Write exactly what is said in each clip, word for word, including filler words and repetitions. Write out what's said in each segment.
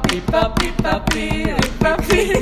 Pipa pipa pipa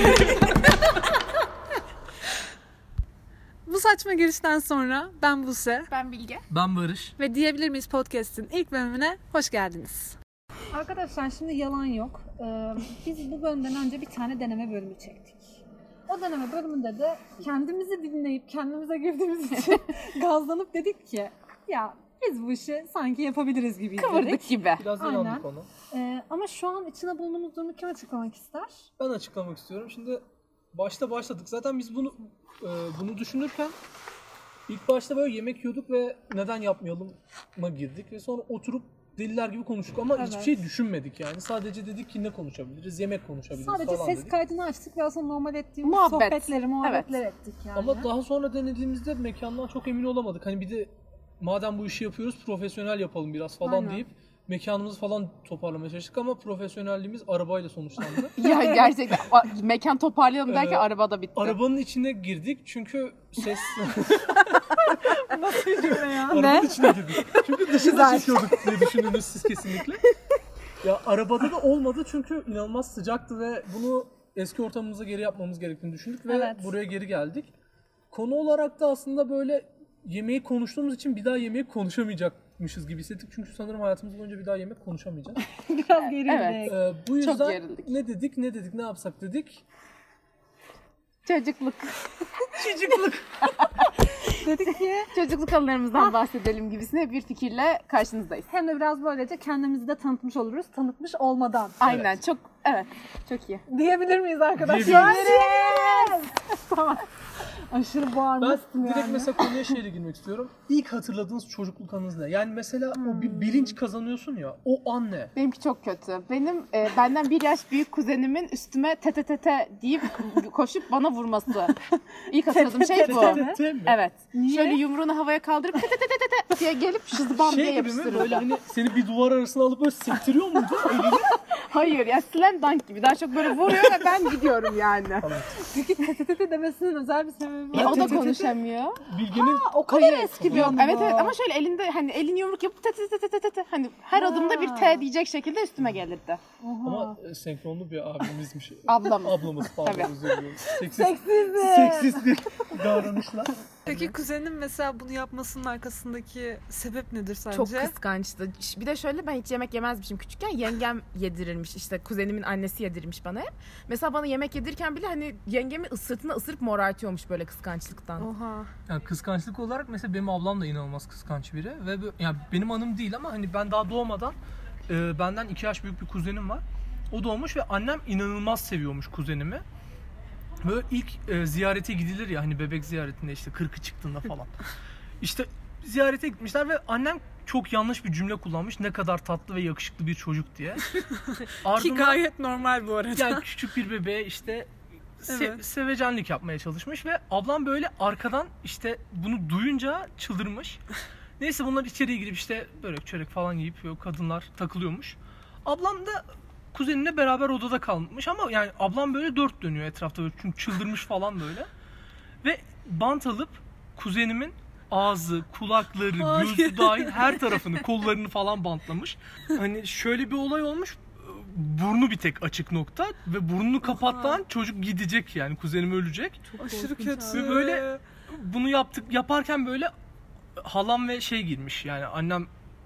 Bu saçma girişten sonra ben Buse. Ben Bilge. Ben Barış. Ve Diyebilir Miyiz Podcast'in ilk bölümüne hoş geldiniz. Arkadaşlar şimdi yalan yok. Ee, biz bu bölümden önce bir tane deneme bölümü çektik. O deneme bölümünde de kendimizi dinleyip kendimize girdiğimiz için gazlanıp dedik ki ya biz bu işi sanki yapabiliriz gibi Kıvırdık dedik. gibi. Biraz Aynen. inandık ona. Ee, ama şu an içine bulunduğumuz durumu kim açıklamak ister? Ben açıklamak istiyorum. Şimdi başta başladık. Zaten biz bunu e, bunu düşünürken ilk başta böyle yemek yiyorduk ve neden yapmayalım'a girdik ve sonra oturup deliler gibi konuştuk ama Evet. hiçbir şey düşünmedik yani. Sadece dedik ki ne konuşabiliriz, yemek konuşabiliriz Sadece falan ses dedik. kaydını açtık ve aslında normal ettiğimiz Muhabbet. sohbetleri, muhabbetler Evet. ettik yani. Ama daha sonra denediğimizde mekandan çok emin olamadık. Hani bir de madem bu işi yapıyoruz profesyonel yapalım biraz falan Aynen. deyip mekanımızı falan toparlamaya çalıştık ama profesyonelliğimiz arabayla sonuçlandı. Ya gerçekten a- mekan toparlayalım derken Ee, arabada bitti. Arabanın içine girdik çünkü ses... Nasıl bir cümle ya? Arabanın içine girdik. Çünkü dışında çekiyorduk diye düşündünüz siz kesinlikle. Ya arabada da olmadı çünkü inanılmaz sıcaktı ve bunu eski ortamımıza geri yapmamız gerektiğini düşündük ve Evet. buraya geri geldik. Konu olarak da aslında böyle yemeği konuştuğumuz için bir daha yemeği konuşamayacakmışız gibi hissettik. Çünkü sanırım hayatımız boyunca bir daha yemek konuşamayacağız. Biraz gerildik. Evet. Ee, bu yüzden gerildik. ne dedik ne dedik ne yapsak dedik. Çocukluk. Çocuklık. Dedik ki Çocukluk anılarımızdan bahsedelim gibisine bir fikirle karşınızdayız. hem de biraz böylece kendimizi de tanıtmış oluruz. Tanıtmış olmadan. Aynen çok evet çok iyi. Diyebilir miyiz arkadaşlar? Diyebiliriz. Tamam. Aşırı Ben bağırmıştım direkt yani. mesela konuya şeyle girmek istiyorum. İlk hatırladığınız çocukluk anınız ne? Yani mesela o bir bilinç kazanıyorsun ya. O an ne? Benimki çok kötü. Benim e, benden bir yaş büyük kuzenimin üstüme tete tete deyip koşup bana vurması. İlk hatırladığım şey bu. Değil mi? Evet. Niye? Şöyle yumruğunu havaya kaldırıp tete tete tete diye gelip şızbam diye Şey gibi mi? yapıştırırdı. Böyle hani seni bir duvar arasına alıp böyle sektiriyor muydu? Elini? Hayır ya slam dunk gibi. Daha çok böyle vuruyor ve ben gidiyorum yani. Peki tete demesinin özel bir sebebi var. Ya o da tete tete- konuşamıyor. Bilge'nin O kadar eski bir Yok anı evet bu. evet ama şöyle elinde hani elin yumruk yapıp tete tete tete tete hani her Ha. adımda bir T diyecek şekilde üstüme gelirdi. Oha. ama e, senkronlu bir abimizmiş. Ablam. Ablamız pardon Tabii. özür diliyorum. Seksist, Seksizim. seksist bir davranışla. Peki kuzenin mesela bunu yapmasının arkasındaki sebep nedir sence? Çok kıskançtı. Bir de şöyle ben hiç yemek yemezmişim küçükken. Yengem yedirirmiş. İşte kuzenimin annesi yedirirmiş bana hep. Mesela bana yemek yedirirken bile hani yengemi sırtına ısırıp morartıyormuş böyle kıskançlıktan. Oha. Yani kıskançlık olarak mesela benim ablam da inanılmaz kıskanç biri ve bö- yani benim anım değil ama hani ben daha doğmadan e, benden iki yaş büyük bir kuzenim var. O doğmuş ve annem inanılmaz seviyormuş kuzenimi. Böyle ilk e, ziyarete gidilir ya hani bebek ziyaretinde işte kırkı çıktığında falan. İşte ziyarete gitmişler ve annem çok yanlış bir cümle kullanmış. Ne kadar tatlı ve yakışıklı bir çocuk diye. Ki Ardından gayet normal bu arada. yani küçük bir bebeğe işte se- Evet. sevecenlik yapmaya çalışmış ve ablam böyle arkadan işte bunu duyunca çıldırmış. Neyse bunlar içeriye girip işte börek çörek falan yiyip böyle kadınlar takılıyormuş. Ablam da kuzeninle beraber odada kalmış ama yani ablam böyle dört dönüyor etrafta böyle çünkü çıldırmış falan böyle. Ve bant alıp kuzenimin ağzı, kulakları, Hayır. gözü dahil her tarafını, kollarını falan bantlamış. Hani şöyle bir olay olmuş. Burnu bir tek açık nokta ve burnunu kapattan çocuk gidecek yani kuzenim ölecek. Aşırı kötü. Ve böyle bunu yaptık yaparken böyle halam ve şey girmiş yani annem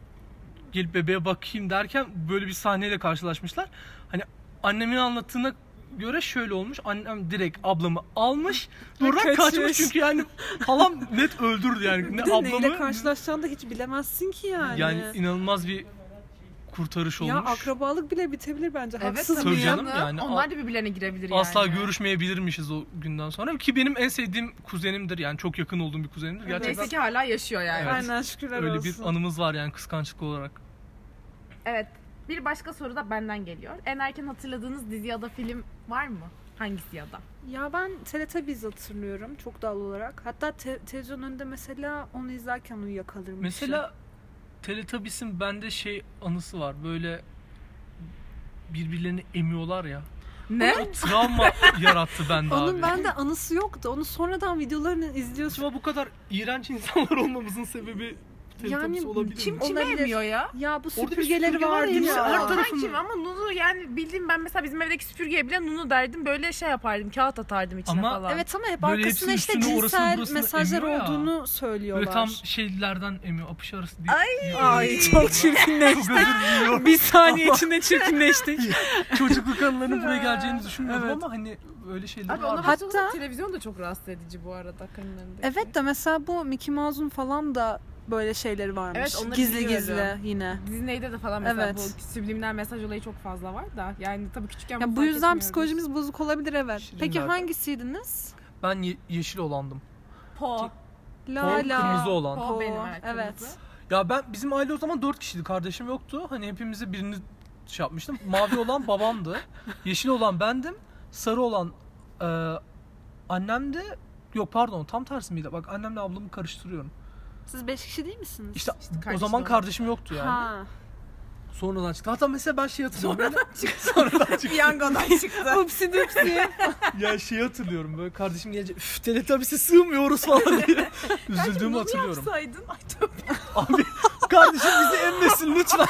gelip bebeğe bakayım derken böyle bir sahneyle karşılaşmışlar. Hani annemin anlattığına göre şöyle olmuş. Annem direkt ablamı almış. Doğrudan kaçmış. kaçmış çünkü yani halam net öldürdü yani. Bir Ne de neyle ablamı karşılaşacağını da hiç bilemezsin ki yani. yani inanılmaz bir kurtarış olmuş. Ya akrabalık bile bitebilir bence. Evet Haksız tabii mıyım? canım. yani Onlar a- da birbirlerine girebilir yani. Asla görüşmeyebilirmişiz o günden sonra ki benim en sevdiğim kuzenimdir yani çok yakın olduğum bir kuzenimdir. Gerçekten Neyse ki hala yaşıyor yani. Evet. Aynen şükürler öyle olsun. bir anımız var yani kıskançlık olarak. Evet. Bir başka soru da benden geliyor. En erken hatırladığınız dizi ya da film var mı? Hangisi ya da? Ya ben Teletubbies hatırlıyorum çok doğal olarak. Hatta te- televizyon önünde mesela onu izlerken uyuyakalırmışım. Mesela Teletubbies'in bende şey anısı var. Böyle birbirlerini emiyorlar ya. Ne? O travma yarattı bende Onun abi. bende anısı yoktu. Onu sonradan videolarını izliyorsun. Acaba bu kadar iğrenç insanlar olmamızın sebebi Teletubbies olabilir Kim mi? kime Olabilir. emiyor ya? Ya bu Orada bir süpürgeleri süpürge var vardı ya, hepsi ya. her Her tarafında. kim ama Nunu yani bildiğim ben mesela bizim evdeki süpürgeye bile Nunu derdim böyle şey yapardım kağıt atardım içine Ama- falan. Evet ama hep Böyle arkasında hepsinin işte üstüne orasını cinsel burasını mesajlar emiyor ya. olduğunu söylüyorlar. Böyle tam şeylerden emiyor. Apış arası değil. Ay. Ay çok çirkinleştik. Çok özür diliyorum. Bir saniye içinde çirkinleştik. Çocukluk anılarının buraya geleceğini düşünmüyordum Evet. ama hani öyle şeyler Abi var. ona Hatta- Hatta televizyon da çok rahatsız edici bu arada kanallarındaki. Evet de mesela bu Mickey Mouse'un falan da böyle şeyleri varmış. Evet, onları gizli biliyorum. gizli yine. Disney'de de falan mesela Evet. bu subliminal mesaj olayı çok fazla var da yani tabii küçükken Ya bunu bu fark yüzden etmiyoruz. psikolojimiz bozuk olabilir evet. Şirin Peki nerede? hangisiydiniz? Ben ye- yeşil olandım. Po. La Pol, la. kırmızı olan. Po Po, benim evet. evet. kırmızı. Ya ben bizim aile o zaman dört kişiydi. Kardeşim yoktu. Hani hepimize birini şey yapmıştım. Mavi olan babamdı. Yeşil olan bendim. Sarı olan e, annemdi. Yok pardon tam tersi miydi? Bak annemle ablamı karıştırıyorum. Siz beş kişi değil misiniz? İşte, İşte o kardeşim zaman olan. kardeşim yoktu yani. Ha. Sonradan çıktı. Hatta mesela ben şey hatırlıyorum. Sonradan çıktı. Sonradan çıktı. Piyangodan çıktı. Upsi dupsi. Ya şey hatırlıyorum böyle kardeşim gelince üf Teletubbies'e sığmıyoruz falan diye üzüldüğümü hatırlıyorum. Yapsaydın. Ay tövbe. Abi kardeşim bizi emmesin lütfen.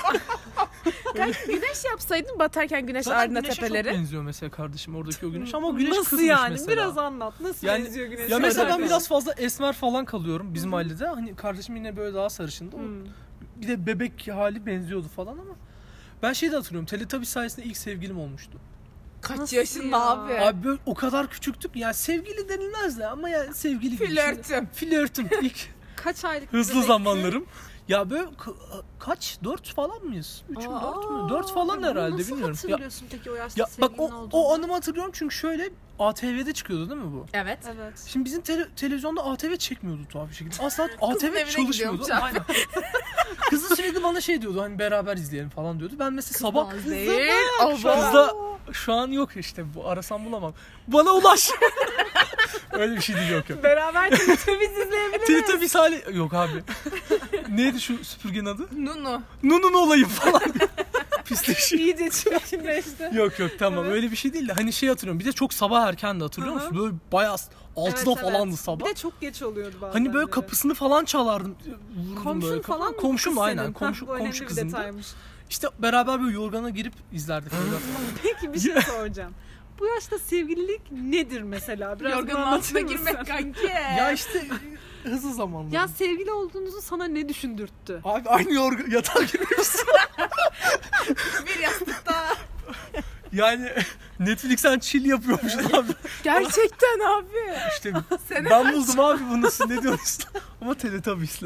Kanka güneş yapsaydın batarken güneş Zaten ardına güneşe tepeleri. çok benziyor mesela kardeşim oradaki o güneş ama o güneş Nasıl kızmış yani? mesela. Biraz anlat. Nasıl Yani- benziyor güneş? Ya mesela ben Söyle. biraz fazla esmer falan kalıyorum bizim ailede. Hani kardeşim yine böyle daha sarışındı. O Hmm. Bir de bebek hali benziyordu falan ama ben şeyi de hatırlıyorum. Teletubbies sayesinde ilk sevgilim olmuştu. Kaç Nasıl yaşında ya? abi? Abi böyle o kadar küçüktük yani sevgili denilmez de ama yani sevgili gibi. Flörtüm. Flörtüm ilk Kaç aylık hızlı bebekti? zamanlarım. Ya böyle ka- kaç? Dört falan mıyız? Üç mü Aa, dört mü? Dört falan Bunu herhalde nasıl bilmiyorum. Ya, hatırlıyorsun peki o yaşta ya bak sevgilin o, olduğunu? o anımı hatırlıyorum çünkü şöyle A T V'de çıkıyordu değil mi bu? Evet. Evet. Şimdi bizim tele- televizyonda A T V çekmiyordu tuhaf bir şekilde. Asla A T V evine çalışmıyordu. gidiyormuş. Aynen. Kızı sürekli bana şey diyordu hani beraber izleyelim falan diyordu. Ben mesela sabah Kız değil. kızda şu an yok işte bu arasam bulamam. Bana ulaş. Öyle bir şey değil yok yok. Beraber Teletubbies izleyebiliriz. Teletubbies hali yok abi. Neydi şu süpürgenin adı? Nunu. Nunun olayım falan. Pisleşiyor. İyice çirkinleşti. Yok yok tamam Evet. öyle bir şey değil de hani şey hatırlıyorum. Bir de çok sabah erken de hatırlıyor musun? Böyle bayağı altıda Evet, evet. falandı sabah. Bir de çok geç oluyordu bazen. Hani böyle de. kapısını falan çalardım. Vurdum Komşun böyle falan kafama. mı? Komşu Kız mu aynen. senin. Komşu, Hah, bu önemli komşu bir kızımdı. detaymış. İşte beraber böyle yorgana girip izlerdik öyle. Peki bir şey soracağım. Bu yaşta sevgililik nedir mesela? Biraz Yorganın bana altına anlatır mısın? girmek kanki. Ya işte hızlı zamanlar. Ya sevgili olduğunuzu sana ne düşündürttü? Abi aynı yorgan yatağa girmişsin. Bir yastıkta. Yani Netflix'ten chill yapıyormuşuz abi. Gerçekten abi. İşte Sene ben buldum abi bunu siz ne diyorsunuz? Ama Teletubbies'le.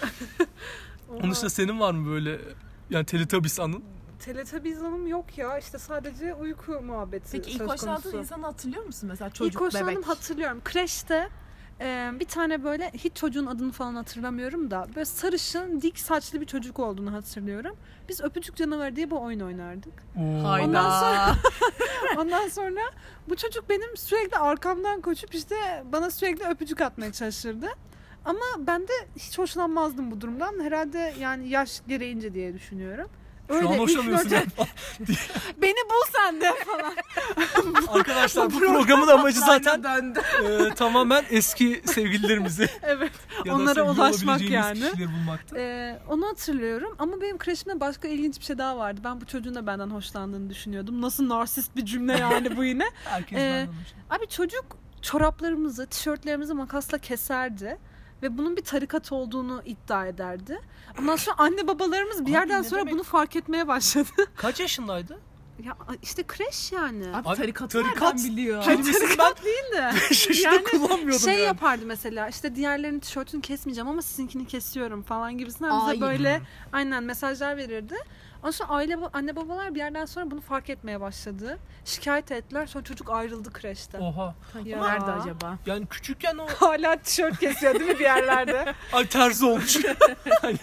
Onun dışında senin var mı böyle yani Teletubbies anın? Teletubbies anım yok ya. İşte sadece uyku muhabbeti Peki ilk söz hoşlandığın konusu. insanı hatırlıyor musun mesela çocuk İlk hoşlandığım bebek? hatırlıyorum. Kreşte e, bir tane böyle hiç çocuğun adını falan hatırlamıyorum da böyle sarışın dik saçlı bir çocuk olduğunu hatırlıyorum. Biz Öpücük Canavarı diye bu oyun oynardık. Oo. Ondan sonra- Ondan sonra bu çocuk benim sürekli arkamdan koşup işte bana sürekli öpücük atmaya çalışırdı. Ama ben de hiç hoşlanmazdım bu durumdan. Herhalde yani yaş gereğince diye düşünüyorum. Şu an ilk hoşlanıyorsun. flörte- Beni bul sen de falan. Arkadaşlar bu programın amacı zaten döndü. e, tamamen eski sevgililerimizi Evet. ya da Onlara sevgili ulaşmak olabileceğimiz yani. kişileri bulmakta. Ee, onu hatırlıyorum ama benim kreşimde başka ilginç bir şey daha vardı. Ben bu çocuğun da benden hoşlandığını düşünüyordum. Nasıl narsist bir cümle yani bu yine. Herkes Ee, benden hoşlanıyor. Abi çocuk çoraplarımızı, tişörtlerimizi makasla keserdi. Ve bunun bir tarikat olduğunu iddia ederdi. Ondan sonra anne babalarımız bir Abi yerden ne sonra demek? bunu fark etmeye başladı. Kaç yaşındaydı? Ya işte kreş yani. Abi, Abi, tarikatı tarikat- nereden biliyor? Kelimesini ben Değil de. beş yaşında Yani kullanmıyordum Şey yani. yapardı mesela işte diğerlerinin tişörtünü kesmeyeceğim ama sizinkini kesiyorum falan gibisinden bize Ay. böyle aynen mesajlar verirdi. Ondan sonra aile anne babalar bir yerden sonra bunu fark etmeye başladı. Şikayet ettiler. Sonra çocuk ayrıldı kreşten. Oha. Ya. Nerede acaba? Yani küçükken o Hala tişört kesiyor değil mi bir yerlerde? ay terzi olmuş. Hani-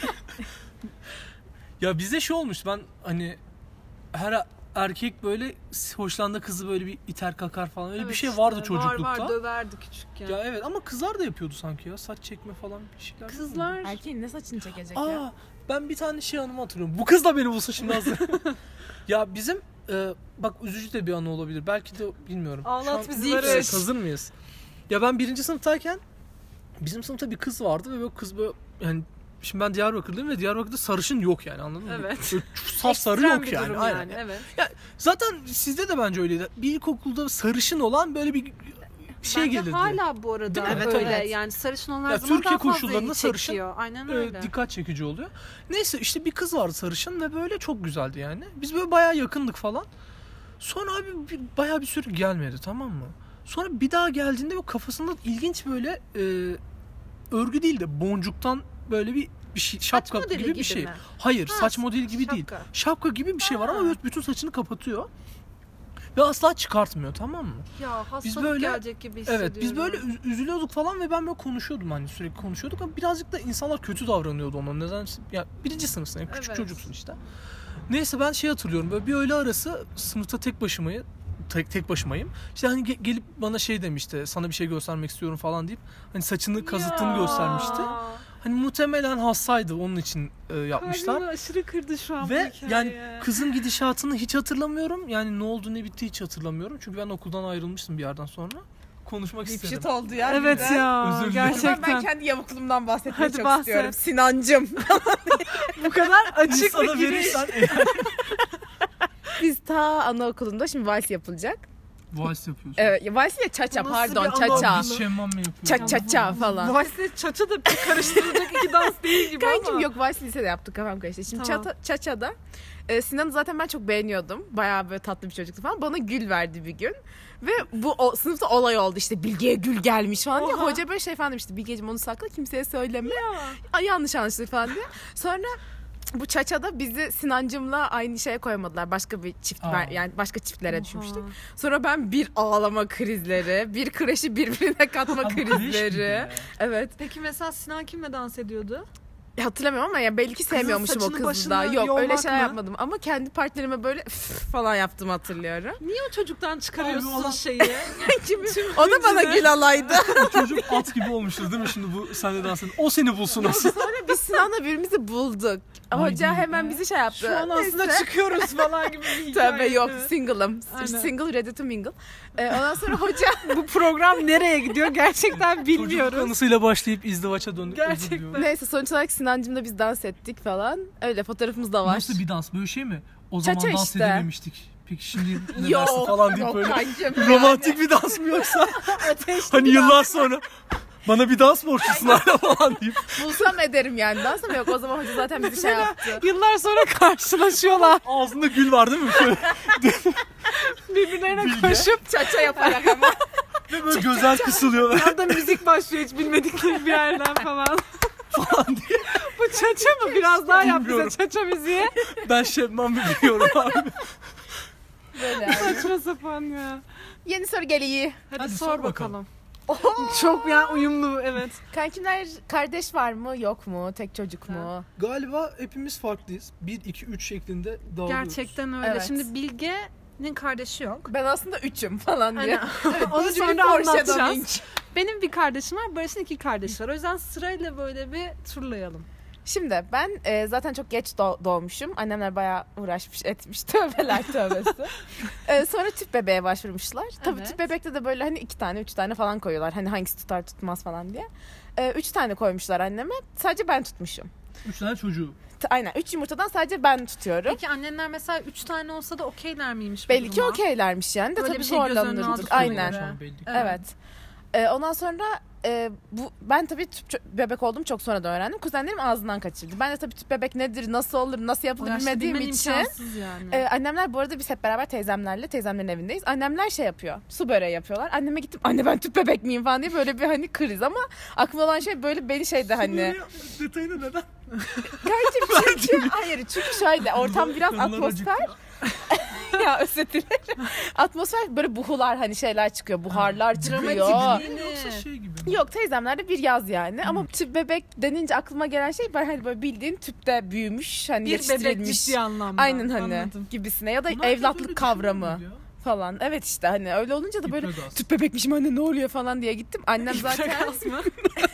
ya bizde şey olmuş ben hani her erkek böyle hoşlandığı kızı böyle bir iter kakar falan öyle bir Evet şey işte, vardı Var çocuklukta. var döverdi küçükken. Ya evet ama kızlar da yapıyordu sanki ya saç çekme falan bir şeyler. Kızlar Erkeğin ne saçını çekecek ya? Aa ben bir tane şey anımı hatırlıyorum. Bu kız da beni bulsa şimdi hazır. Ya bizim e, bak üzücü de bir anı olabilir. Belki de bilmiyorum. Ağlat Şu an- bizi Evet, Barış. hazır mıyız? Ya ben birinci sınıftayken bizim sınıfta bir kız vardı ve böyle kız böyle yani şimdi ben Diyarbakırlıyım ve Diyarbakır'da sarışın yok yani, anladın mı? Evet. Böyle saf sarı Ekstrem yok bir yani. durum Aynen. yani, evet. Ya zaten sizde de bence öyleydi. Bir ilkokulda sarışın olan böyle bir şey Bence gelirdi. hala bu arada Değil mi? öyle. Evet, evet. Yani sarışın olan her Ya zaman Türkiye daha fazla koşullarında ilgi sarışın, çekiyor. Aynen Ee, öyle. dikkat çekici oluyor. Neyse işte bir kız vardı sarışın ve böyle çok güzeldi yani. Biz böyle bayağı yakındık falan. Sonra abi bir, bayağı bir süre gelmedi, tamam mı? Sonra bir daha geldiğinde o kafasında ilginç böyle e, örgü değil de boncuktan böyle bir bir şey, şapka modeli gibi bir gibi şey. mi? Hayır, Ha, saç modeli gibi değil. şapka. Şapka gibi bir şey var Ha. ama böyle bütün saçını kapatıyor. Ve asla çıkartmıyor, tamam mı? Ya hastalık Biz böyle- gelecek gibi hissediyorum. Evet, biz böyle üz- üzülüyorduk falan ve ben böyle konuşuyordum, hani sürekli konuşuyorduk ama birazcık da insanlar kötü davranıyordu ona. Neden? Ya birinci sınıfsın, yani küçük Evet. çocuksun işte. Neyse ben şey hatırlıyorum, böyle bir öğle arası sınıfta tek başımayım. Tek, tek başımayım. İşte hani ge- gelip bana şey demişti, sana bir şey göstermek istiyorum falan deyip hani saçını kazıttığını Ya. göstermişti. Hani muhtemelen hastaydı, onun için e, yapmışlar. Kalbimi aşırı kırdı şu an bu Ve hikaye. yani kızın gidişatını hiç hatırlamıyorum. Yani ne oldu ne bitti hiç hatırlamıyorum. Çünkü ben okuldan ayrılmıştım bir yerden sonra. Konuşmak istedim. Dipşit oldu ya. Evet birden. ya Özür dilerim. gerçekten. Ben kendi yavuklumdan bahsetmeyi Hadi çok bahset. istiyorum. Sinancım. bu kadar açık İnsana bir giriş. verirsen Biz ta anaokulunda şimdi vals yapılacak. vals yapıyorsun. Evet, vals ya çaça Bu nasıl pardon bir çaça. Biz şemmam mı yapıyoruz? Ça ça ça falan. Valsle çaça da bir karıştırılacak iki dans değil gibi Kankim ama. yok vals lisede yaptık, kafam karıştı. Şimdi Tamam. çata, çaça'da e, Sinan'ı zaten ben çok beğeniyordum. Bayağı böyle tatlı bir çocuktu falan. Bana gül verdi bir gün. Ve bu o, sınıfta olay oldu işte, Bilge'ye gül gelmiş falan diye. Oha. Hoca böyle şey falan demişti. Bilge'cim onu sakla, kimseye söyleme. Ay, yanlış anlaşılır falan diye. Sonra bu çaçada bizi Sinancım'la aynı şeye koymadılar. Başka bir çift, Aa. yani başka çiftlere Oha. düşmüştük. Sonra ben bir ağlama krizleri, bir kreşi birbirine katma Abi, kreş miydi krizleri. ya? Evet. Peki mesela Sinan kimle dans ediyordu? Ya hatırlamıyorum ama ya belki sevmiyormuşum o saçını kızı başını da. Yok öyle yolmak şeyler mı? yapmadım ama kendi partnerime böyle üf falan yaptım, hatırlıyorum. Niye o çocuktan çıkarıyorsun Abi, olan- şeyi? O da bana gül alaydı. Çocuk at gibi olmuştur değil mi şimdi bu senle dans edin. O seni bulsun asıl. Sonra biz Sinan'la birbirimizi bulduk. Ay, Hoca değil. hemen bizi şey yaptı. Şu an aslında Neyse. çıkıyoruz falan gibi bir hikaye. Tövbe yok, single'ım. Aynen. Single, ready to mingle. Ee, ondan sonra hoca Bu program nereye gidiyor gerçekten Çocuk bilmiyoruz. anısıyla başlayıp izdivaça döndük. Özür Gerçekten. diliyorum. neyse sonuç olarak Sinancım'la biz dans ettik falan. Öyle fotoğrafımız da var. Nasıl bir dans? Böyle şey mi? O zaman Çaça dans işte. edememiştik. Peki şimdi ne Yok, dersin falan deyip yok böyle kankim romantik bir dans mı yoksa? Hani yıllar sonra bana bir dans borçlusun hala falan deyip. Bulsam ederim yani dans, ama yok o zaman hoca zaten bizi şey yaptı. Yıllar sonra karşılaşıyorlar. Ağzında gül var değil mi? Şöyle. Birbirlerine Bilge. koşup Çaça yaparak ama. Ve böyle gözler kısılıyor. orada müzik başlıyor hiç bilmedikleri bir yerden falan. falan diye. Bu çaça mı? Biraz daha yap bize Bilmiyorum. çaça müziği. Ben Şebnem biliyorum abi. Böyle yani. Saçma sapan ya. Yeni soru geliyor. Hadi, Hadi sor, sor bakalım. Çok ya uyumlu, evet. Kankimler kardeş var mı yok mu? Tek çocuk mu? Galiba hepimiz farklıyız. bir, iki, üç şeklinde dağılıyoruz. Gerçekten öyle. Evet. Şimdi Bilge'nin kardeşi yok. Ben aslında üçüm falan diye. Aynen. Onu Üçüncü sonra bir foreshadowing. anlatacağız. Benim bir kardeşim var, Barış'ın iki kardeşi var. O yüzden sırayla böyle bir turlayalım. Şimdi ben e, zaten çok geç doğ- doğmuşum. Annemler bayağı uğraşmış etmiş. Tövbeler tövbesi. e, sonra tüp bebeğe başvurmuşlar. Tabii Evet. tüp bebekte de böyle hani iki tane üç tane falan koyuyorlar. Hani hangisi tutar tutmaz falan diye. E, üç tane koymuşlar anneme. Sadece ben tutmuşum. Üç tane çocuğu. T- Aynen. Üç yumurtadan sadece ben tutuyorum. Peki annenler mesela üç tane olsa da okeyler miymiş bu Belli ki duruma? okeylermiş yani de Böyle tabii bir şey göz önüne zorlanırdık. aldıkları Aynen. göre. Şu an belli ki. Evet. Ee, ondan sonra e, bu ben tabii tüp çö- bebek oldum çok sonradan öğrendim. Kuzenlerim ağzından kaçırdı. Ben de tabii tüp bebek nedir, nasıl olur, nasıl O yapılır yaşta bilmediğim bilmen için. imkansız yani. e, annemler bu arada biz hep beraber teyzemlerle, teyzemlerin evindeyiz. Annemler şey yapıyor, su böreği yapıyorlar. Anneme gittim, anne ben tüp bebek miyim falan diye böyle bir hani kriz, ama aklıma olan şey böyle beni şeyde hani. Detayını neden? Gerçi çünkü, hayır çünkü şöyle ortam biraz Kanlar atmosfer. ya özür dilerim. Atmosfer böyle buhular hani şeyler çıkıyor, buharlar çıkıyor. Dramatik. Yoksa şey gibi. Yok teyzemlerde bir yaz yani, ama tüp bebek denince aklıma gelen şey ben hani böyle bildiğin tüpte büyümüş hani bir bebek yetiştirilmiş ciddi anlamda. aynen hani Anladım. gibisine, ya da Bunlar öyle evlatlık kavramı düşünmüyor ya. falan. Evet işte hani öyle olunca da böyle İpregaz. tüp bebekmişim anne ne oluyor falan diye gittim. Annem zaten İpregaz mı?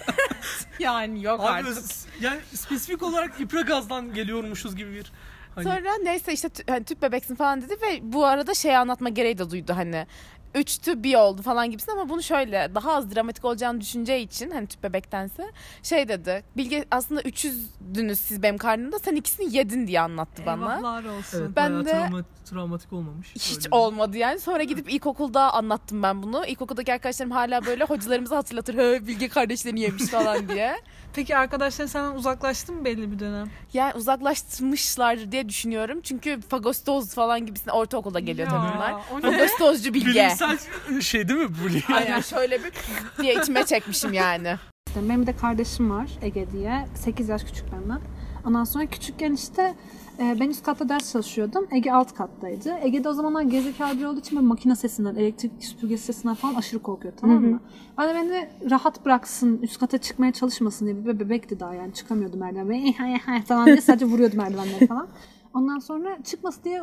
yani yok Abi artık. yani spesifik olarak İpregaz'dan geliyormuşuz gibi bir hani Sonra neyse işte tü- hani tüp bebeksin falan dedi ve bu arada şey anlatma gereği de duydu hani. üçtü bir oldu falan gibisin ama bunu şöyle daha az dramatik olacağını düşüneceği için hani tüp bebektense şey dedi. Bilge aslında üç yüzdünüz siz benim karnımda, sen ikisini yedin diye anlattı bana. Eyvahlar olsun. Evet, Ben bayağı de- travma- travmatik olmamış. Hiç Öyle. olmadı yani. Sonra gidip ilkokulda anlattım ben bunu. İlkokuldaki arkadaşlarım hala böyle hocalarımızı hatırlatır. He, Bilge kardeşlerini yemiş falan diye. Peki arkadaşlar senden uzaklaştı mı belli bir dönem? Yani uzaklaştırmışlardır diye düşünüyorum. Çünkü fagostoz falan gibisine ortaokulda geliyor tabii bunlar. o ne? Fagostozcu Bilge. Bilimsel şey değil mi bu? Aynen şöyle bir diye içime çekmişim yani. İşte benim de kardeşim var Ege diye. sekiz yaş küçük benden. Ondan sonra küçükken işte e, ben üst katta ders çalışıyordum. Ege alt kattaydı. Ege de o zamanlar gerizekalı biri olduğu için böyle makine sesinden, elektrik süpürgesi sesinden falan aşırı korkuyor, tamam mı? Ben de beni rahat bıraksın, üst kata çıkmaya çalışmasın diye, bir bebekti daha yani, çıkamıyordu merdiven falan diye sadece vuruyordu merdivenleri falan. Ondan sonra çıkması diye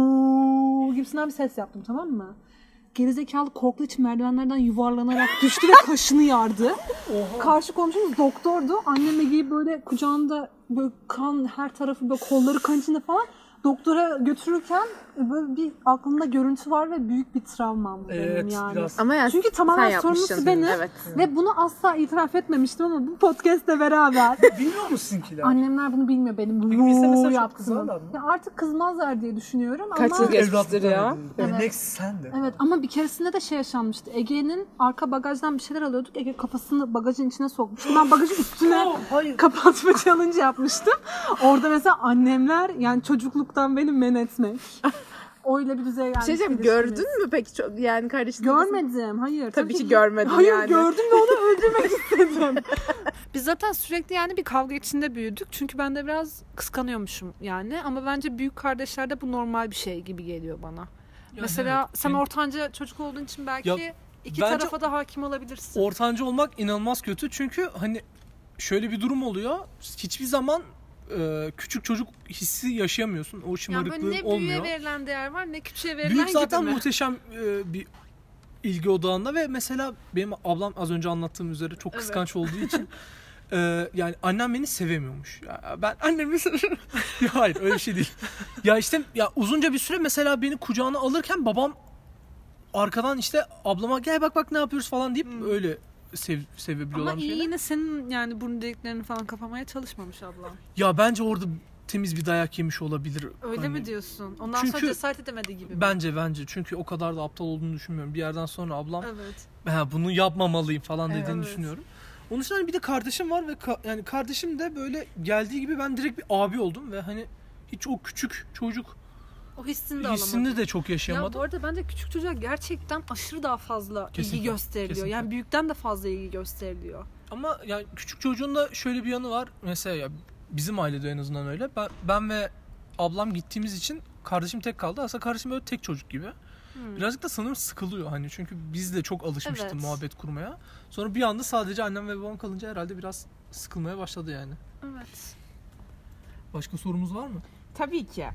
uuu gibisinden bir ses yaptım, tamam mı? Gerizekalı korktuğu için merdivenlerden yuvarlanarak düştü ve kaşını yardı. Karşı komşumuz doktordu. Annem Ege'yi böyle kucağında böyle kan her tarafı, böyle kolları kan içinde falan. Doktora götürürken böyle bir aklımda görüntü var ve büyük bir travmam benim Evet, yani. biraz. Ama yani Çünkü sen tamamen yapmışsın. sorumlusu benim Evet. ve bunu asla itiraf etmemiştim ama bu podcast'le beraber Bilmiyor musun ki? annemler bunu bilmiyor benim Peki biz de mesela bu çok yaptığımı. kızarlar mı? Ya artık kızmazlar diye düşünüyorum Kaç ama yıl geçmiştir ya? Evet. Örnek sen de. evet, ama bir keresinde de şey yaşanmıştı. Ege'nin arka bagajdan bir şeyler alıyorduk. Ege kafasını bagajın içine sokmuştu. Ben bagajın üstüne Hayır. kapatma challenge yapmıştım. Orada mesela annemler yani çocukluktan beni men etmek. Öyle bir düzeye Bir gelmiş. şey diyeceğim, gördün mü peki çok, yani kardeşin? Görmedim. Hayır. Tabii ki görmedim Hayır, yani. gördüm ve onu öldürmek istedim. Biz zaten sürekli yani bir kavga içinde büyüdük. Çünkü ben de biraz kıskanıyormuşum yani. Ama bence büyük kardeşlerde bu normal bir şey gibi geliyor bana. Yani Mesela evet, sen benim- ortanca çocuk olduğun için belki Ya, iki bence- tarafa da hakim olabilirsin. Ortancı olmak inanılmaz kötü çünkü hani şöyle bir durum oluyor. Hiçbir zaman e, küçük çocuk hissi yaşayamıyorsun. O yani şımarıklığın böyle ne büyüğe olmuyor. verilen değer var ne küçüğe verilen Büyük zaten gibi mi? muhteşem e, bir ilgi odağında ve mesela benim ablam az önce anlattığım üzere çok Evet. kıskanç olduğu için e, yani annem beni sevemiyormuş. Ya ben annemi seviyorum. Ya hayır öyle bir şey değil. Ya işte ya uzunca bir süre mesela beni kucağına alırken babam arkadan işte ablama gel bak bak ne yapıyoruz falan deyip Hmm. öyle sev, Ama sevebiliyorlar. iyi şeyler. yine senin yani burun deliklerini falan kapamaya çalışmamış ablam. Ya bence orada temiz bir dayak yemiş olabilir. Öyle Hani mi diyorsun? Ondan Çünkü- sonra cesaret edemediği gibi mi? Bence bence çünkü o kadar da aptal olduğunu düşünmüyorum. Bir yerden sonra ablam Evet. ha, bunu yapmamalıyım falan dediğini Evet. düşünüyorum. Onun için hani bir de kardeşim var ve ka- yani kardeşim de böyle geldiği gibi ben direkt bir abi oldum ve hani hiç o küçük çocuk O hissini de alamadın. hissini de çok Ya yaşayamadım. bu arada bence küçük çocuğa gerçekten aşırı daha fazla Kesinlikle, ilgi gösteriliyor. kesinlikle. Yani büyükten de fazla ilgi gösteriliyor. Ama yani küçük çocuğun da şöyle bir yanı var. Mesela ya bizim ailede en azından öyle. Ben, ben ve ablam gittiğimiz için kardeşim tek kaldı. Aslında kardeşim böyle tek çocuk gibi. Hmm. Birazcık da sanırım sıkılıyor hani çünkü biz de çok alışmıştık Evet. muhabbet kurmaya. Sonra bir anda sadece annem ve babam kalınca herhalde biraz sıkılmaya başladı yani. Evet. Başka sorumuz var mı? Tabii ki.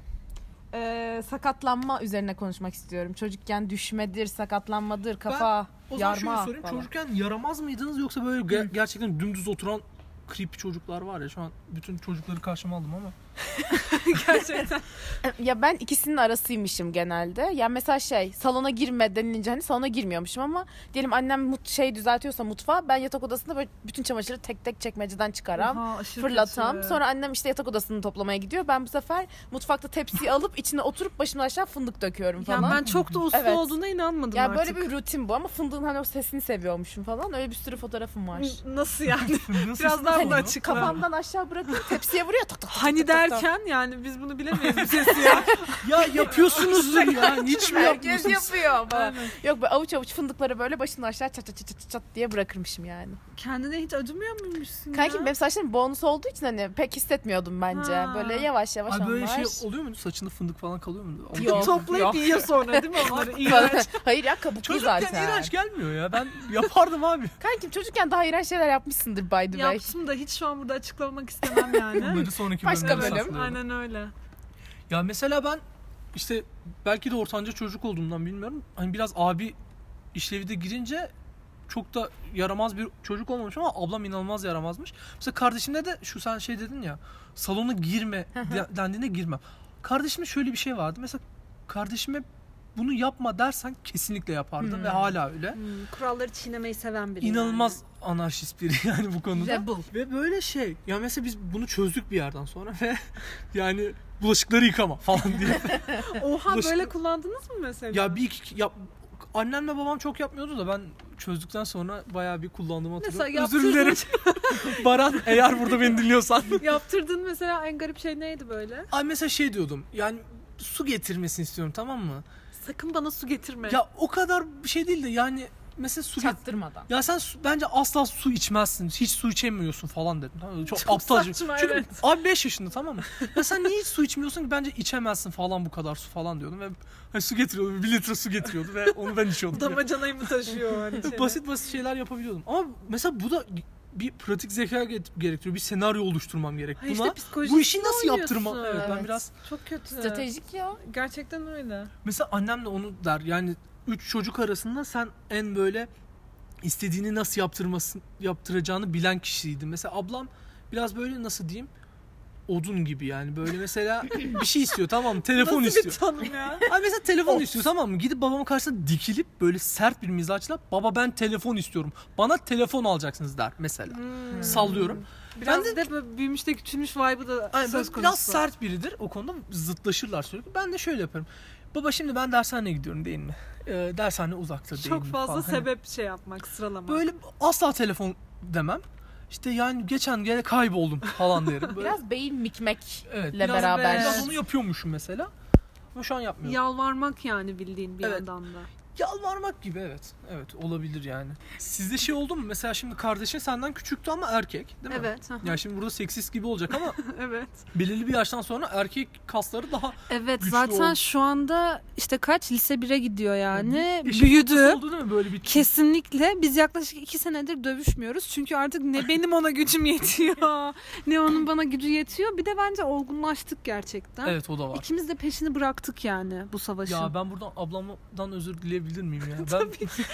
Ee, sakatlanma üzerine konuşmak istiyorum. Çocukken düşmedir, sakatlanmadır, kafa O zaman yarma şöyle sorayım. falan. Çocukken yaramaz mıydınız yoksa böyle ge- gerçekten dümdüz oturan creepy çocuklar var ya, şu an bütün çocukları karşıma aldım ama. Gerçekten. Ya ben ikisinin arasıymışım genelde. Yani mesela şey, salona girme denilince hani salona girmiyormuşum ama diyelim annem mut şey düzeltiyorsa mutfağı, ben yatak odasında böyle bütün çamaşırı tek tek çekmeceden çıkaram. Oha, aşırı Fırlatam. kötü. Sonra annem işte yatak odasını toplamaya gidiyor. Ben bu sefer mutfakta tepsiyi alıp içine oturup başımdan aşağı fındık döküyorum falan. Yani ben çok da uslu Evet. olduğuna inanmadım Yani artık. böyle bir rutin bu ama fındığın hani o sesini seviyormuşum falan. Öyle bir sürü fotoğrafım var. Nasıl yani? Fındığın Biraz sesi daha ne bunu oluyor? açıkla. Kafamdan aşağı bırakıp tepsiye vuruyor. Tak tak tak Hani tak tak tak. derken yani biz bunu bilemeyiz bu sesi ya. Ya yapıyorsunuzdur ya. Hiç mi Herkes yapmıyorsunuz? yapıyor falan. Yok böyle avuç avuç fındıkları böyle başından aşağı çat çat çat çat çat diye bırakırmışım yani. Kendine hiç acımıyor muymuşsun Kanki ya? benim saçlarım bonus olduğu için hani pek hissetmiyordum bence. Ha. Böyle yavaş yavaş Ay böyle onlar. şey oluyor mu? Saçında fındık falan kalıyor mu? Yok. Toplayıp Yok. yiyor sonra değil mi onları? Falan. İğrenç. Hayır ya kabuklu Çocukken zaten. iğrenç gelmiyor ya. Ben yapardım abi. Kankim çocukken daha iğrenç şeyler yapmışsındır by the way. Yaptım da hiç şu an burada açıklamak istemem yani. Bunları sonraki Başka bölümlere bölüm. saklıyorum. Aynen öyle. Ya mesela ben işte belki de ortanca çocuk olduğumdan bilmiyorum. Hani biraz abi işlevi de girince çok da yaramaz bir çocuk olmamış ama ablam inanılmaz yaramazmış. Mesela kardeşimde de şu sen şey dedin ya, salona girme de- dendiğinde girmem. Kardeşimde şöyle bir şey vardı. Mesela kardeşime bunu yapma dersen kesinlikle yapardı Hmm. ve hala öyle. Hmm, kuralları çiğnemeyi seven biri. İnanılmaz anarşist biri yani bu konuda. Rebel. Ve böyle şey ya mesela biz bunu çözdük bir yerden sonra ve yani bulaşıkları yıkama falan diye. Yani. Oha Bulaşık- böyle kullandınız mı mesela? Ya bir iki ya, annemle babam çok yapmıyordu da ben çözdükten sonra bayağı bir kullandığımı hatırlıyorum. Mesela Özür dilerim. Baran eğer burada beni dinliyorsan. Yaptırdığın mesela en garip şey neydi böyle? Ay mesela şey diyordum yani su getirmesini istiyorum tamam mı? Sakın bana su getirme. Ya o kadar bir şey değil de yani mesela su get- Çaktırmadan. Ya sen su- bence asla su içmezsin. Hiç su içemiyorsun falan dedim. Tamam mı? Çok, Çok aptalca. saçma, Çünkü evet. abi beş yaşında tamam mı? Ya sen niye hiç su içmiyorsun ki? Bence içemezsin falan bu kadar su falan diyordum. Ve hani su getiriyordu. Bir litre su getiriyordu ve onu ben içiyordum. Damacanayı mı taşıyor hani şeyler? basit basit şeyler yapabiliyordum. Ama mesela bu da bir pratik zeka ge- gerektiriyor. Bir senaryo oluşturmam gerek. Ha Buna işte psikolojisini bu işi nasıl oynuyorsun. yaptırmam? Evet, ben Evet. biraz Çok kötü. Stratejik ya. Gerçekten öyle. mesela annem de onu der. Yani üç çocuk arasında sen en böyle istediğini nasıl yaptırmasın yaptıracağını bilen kişiydi. Mesela ablam biraz böyle nasıl diyeyim? Odun gibi yani. Böyle mesela bir şey istiyor tamam mı? Telefon Nasıl istiyor. bir tanım ya? Abi mesela telefon istiyor tamam mı? Gidip babamın karşısına dikilip böyle sert bir mizaçla baba ben telefon istiyorum. Bana telefon alacaksınız der mesela. Hmm. Sallıyorum. Biraz Ben de böyle büyümüş de küçülmüş vibe'ı da Yani söz böyle konusu. biraz sert biridir. O konuda zıtlaşırlar sürekli. Ben de şöyle yaparım. Baba şimdi ben dershaneye gidiyorum değil mi? Ee, dershane uzaktır değil Çok mi? fazla falan. Hani sebep şey yapmak, sıralamak. böyle asla telefon demem. İşte yani geçen gene kayboldum falan derim. Böyle, Biraz beyin mikmekle evet, biraz, beraber. biraz onu yapıyormuşum mesela. Ama şu an yapmıyorum. Yalvarmak yani bildiğin bir Evet. yandan da. Yalvarmak gibi evet. Evet olabilir yani. Sizde şey oldu mu? Mesela şimdi kardeşin senden küçüktü ama erkek değil mi? Evet. aha. Ya şimdi burada seksist gibi olacak ama evet. belirli bir yaştan sonra erkek kasları daha Evet güçlü zaten oldu. şu anda işte kaç lise bire gidiyor yani. eşit Büyüdü. noktası oldu değil mi böyle bir Kesinlikle. Biz yaklaşık iki senedir dövüşmüyoruz. Çünkü artık ne benim ona gücüm yetiyor, ne onun bana gücü yetiyor. Bir de bence olgunlaştık gerçekten. Evet o da var. İkimiz de peşini bıraktık yani bu savaşın. Ya ben buradan ablamdan özür dileyebilir miyim ya? Ben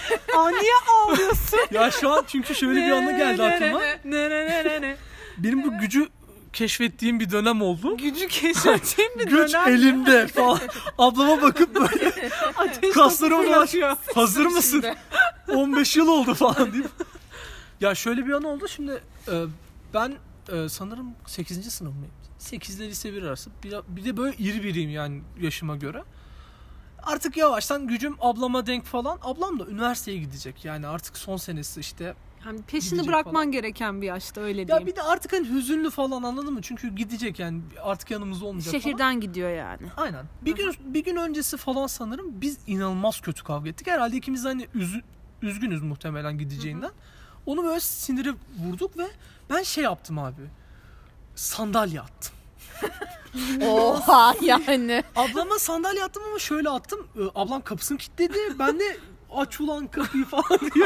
Aa niye ağlıyorsun? ya şu an çünkü şöyle bir anı geldi aklıma. Ne ne ne ne ne. Benim bu gücü keşfettiğim bir dönem oldu. Gücü keşfettiğim bir Güç dönem. elimde falan. Ablama bakıp böyle Ateş kaslarıma topu dolaş. fırlatıyor. Hazır mısın? on beş yıl oldu falan deyip. Ya şöyle bir anı oldu. Şimdi e, ben e, sanırım sekizinci sınıf mıyım? sekiz ile lise bir arası. Bir, bir de böyle iri biriyim yani yaşıma göre. Artık yavaştan gücüm ablama denk falan. Ablam da üniversiteye gidecek. Yani artık son senesi işte. Hani peşini Gidecek bırakman falan. gereken bir yaşta öyle Ya diyeyim. bir de artık hani hüzünlü falan anladın mı? Çünkü gidecek yani artık yanımızda olmayacak falan. Şehirden gidiyor yani. Aynen. Bir gün bir gün öncesi falan sanırım biz inanılmaz kötü kavga ettik. Herhalde ikimiz de hani üzü- üzgünüz muhtemelen gideceğinden. Onu böyle sinire vurduk ve ben şey yaptım abi. Sandalye attım. Oha yani. Ablama sandalye attım ama şöyle attım. Ee, Ablam kapısını kilitledi. Ben de aç ulan kapıyı falan diye.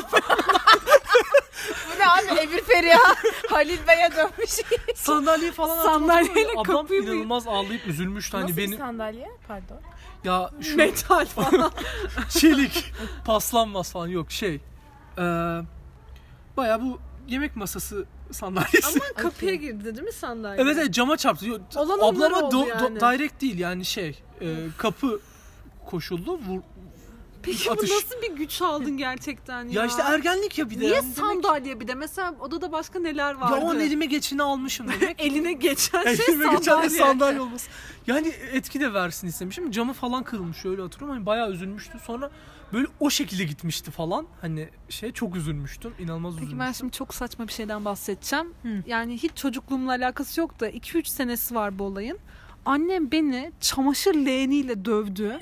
Bu ne abi Emir Feriha Halil Bey'e dönmüş. Sandalyeyi falan attım. Sandalyeyle Ablam kapıyı mı- inanılmaz ağlayıp üzülmüştü. Hani Nasıl benim bir sandalye? Pardon. ya şu Metal falan. çelik paslanmaz falan yok şey. Ee, Baya bu yemek masası sandalyesi. Ama kapıya girdi değil mi sandalye? Evet evet cama çarptı. Yo, Olan onlar Ablama oldu do- yani. do- direkt değil yani şey e, kapı koşuldu. Vur, Peki atış. bu nasıl bir güç aldın gerçekten ya? ya işte ergenlik ya bir de. Niye yani. sandalye bir de? Mesela odada başka neler Ya vardı? o an elime geçini almışım demek. Eline geçen şey Elime geçen de sandalye. sandalye olması. Yani etki de versin istemişim. Camı falan kırılmış öyle hatırlıyorum. Hani bayağı üzülmüştü. Sonra böyle o şekilde gitmişti falan. Hani şey çok üzülmüştüm. İnanılmaz Peki üzülmüştüm. ben şimdi çok saçma bir şeyden bahsedeceğim. Hı. Yani hiç çocukluğumla alakası yok da iki üç senesi var bu olayın. Annem beni çamaşır leğeniyle dövdü.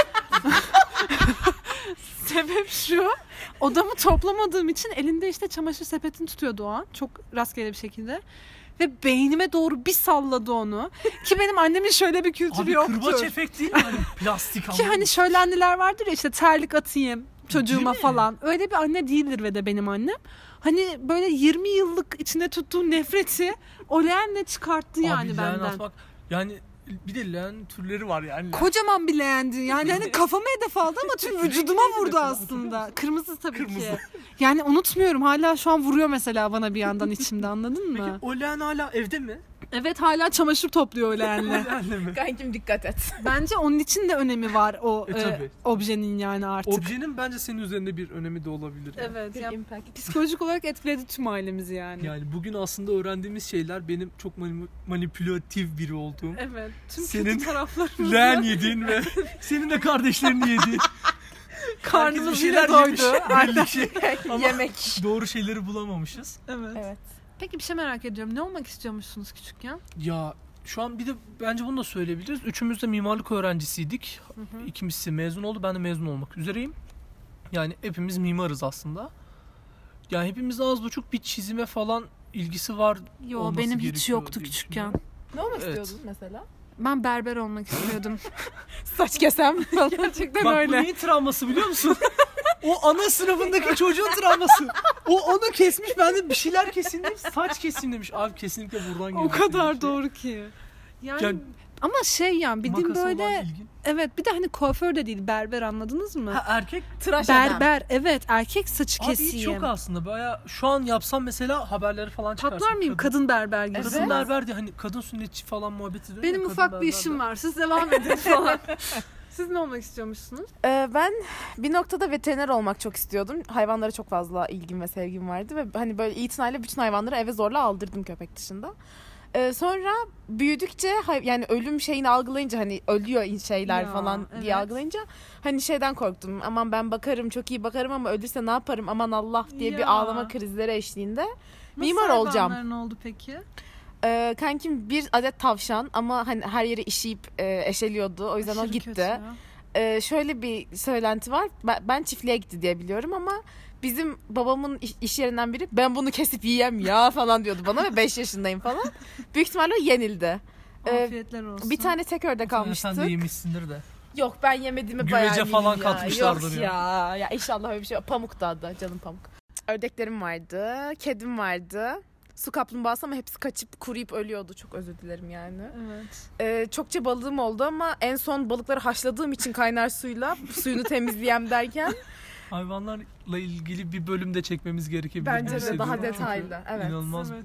Sebep şu. Odamı toplamadığım için elinde işte çamaşır sepetini tutuyordu o an. Çok rastgele bir şekilde. Ve beynime doğru bir salladı onu. Ki benim annemin şöyle bir kültürü Abi yoktur. kırbaç efekt değil mi? Hani plastik Ki anladın hani mı? şöyle anneler vardır ya işte terlik atayım çocuğuma Değil mi? falan. Öyle bir anne değildir ve de benim annem. Hani böyle yirmi yıllık içinde tuttuğu nefreti o leğenle çıkarttı yani Abi leğen benden. atmak yani bir de leğen türleri var yani. Kocaman bir leğendi. Yani hani kafama hedef aldı ama tüm vücuduma vurdu aslında. Kırmızı tabii Kırmızı. ki. Yani unutmuyorum. Hala şu an vuruyor mesela bana bir yandan içimde anladın mı? Peki o leğen hala evde mi? Evet, hala çamaşır topluyor öyle yani. Öyle mi? Kankim dikkat et. Bence onun için de önemi var o E, e, tabii. objenin yani artık. Objenin bence senin üzerinde bir önemi de olabilir. yani. Evet. Bir Ya, impact. psikolojik olarak etkiledi tüm ailemizi yani. Yani bugün aslında öğrendiğimiz şeyler benim çok mani- manipülatif biri olduğum. Evet. Tüm Senin kötü taraflarımız. Leğen yediğin ve senin de kardeşlerini yediğin. Karnımız Herkes bir yine şeyler yemiş. doydu. Belli şey. Ama Yemek. doğru şeyleri bulamamışız. Evet. Evet. Peki bir şey merak ediyorum. Ne olmak istiyormuşsunuz küçükken? Ya şu an bir de bence bunu da söyleyebiliriz. Üçümüz de mimarlık öğrencisiydik. Hı hı. İkimiz mezun oldu. Ben de mezun olmak üzereyim. Yani hepimiz mimarız aslında. Yani hepimiz az buçuk bir çizime falan ilgisi var. Yo, olması benim hiç gerekiyor yoktu diye küçükken. düşünüyorum. Ne olmak Evet. istiyordun mesela? Ben berber olmak istiyordum. Saç kesem. Gerçekten Bak bu öyle. neyin travması biliyor musun? O ana sınıfındaki çocuğun travması. O onu kesmiş, ben de bir şeyler kesin demiş. Saç kesin demiş. Abi kesinlikle buradan geliyor. O kadar doğru ki. Yani, Yani- ama şey yani bildiğin Makası olan böyle ilgin. evet, bir de hani kuaför de değil, berber, anladınız mı? Ha, erkek Tıraş eden. Berber, evet, erkek saçı abi hiç keseyim. yok aslında. Baya şu an yapsam mesela haberleri falan çıkarsın. Patlar mıyım kadın berber gibi? Kadın berber diye hani kadın sünnetçi falan muhabbeti dönüyor. Benim ya, kadın ufak bir berber işim de. var. Siz devam edin falan. Siz ne olmak istiyormuşsunuz? Ee, ben bir noktada veteriner olmak çok istiyordum. Hayvanlara çok fazla ilgim ve sevgim vardı ve hani böyle itinayla bütün hayvanları eve zorla aldırdım köpek dışında. Ee, sonra büyüdükçe hay- yani ölüm şeyini algılayınca hani ölüyor şeyler Ya, falan evet. diye algılayınca hani şeyden korktum. Aman ben bakarım, çok iyi bakarım ama ölürse ne yaparım, aman Allah diye Ya. bir ağlama krizleri eşliğinde. Nasıl Mimar olacağım. hayvanların oldu peki? Ee, kankim bir adet tavşan ama hani her yeri işeyip e, eşeliyordu. O yüzden o Aşırı gitti. kötü ya. Ee, şöyle bir söylenti var. Ben, ben çiftliğe gitti diye biliyorum ama bizim babamın iş, iş yerinden biri ben bunu kesip yiyem ya falan diyordu bana ve beş yaşındayım falan. Büyük ihtimalle o yenildi. Ee, Afiyetler olsun. bir tane tek ördek Sen almıştık. de yemişsindir de. Yok ben yemediğimi Güvece bayağı eminim falan ya. katmışlardır Yok ya. ya. Ya inşallah öyle bir şey. Pamuk da adı. Canım pamuk. Ördeklerim vardı. Kedim vardı. Su kaplumbağası ama hepsi kaçıp kuruyup ölüyordu. Çok özür dilerim yani. Evet. Ee, çokça balığım oldu ama en son balıkları haşladığım için kaynar suyla suyunu temizleyem derken Hayvanlarla ilgili bir bölümde çekmemiz gerekebilir. bence gibi de hissediyorum. daha Çünkü detaylı. Evet. İnanılmaz Evet.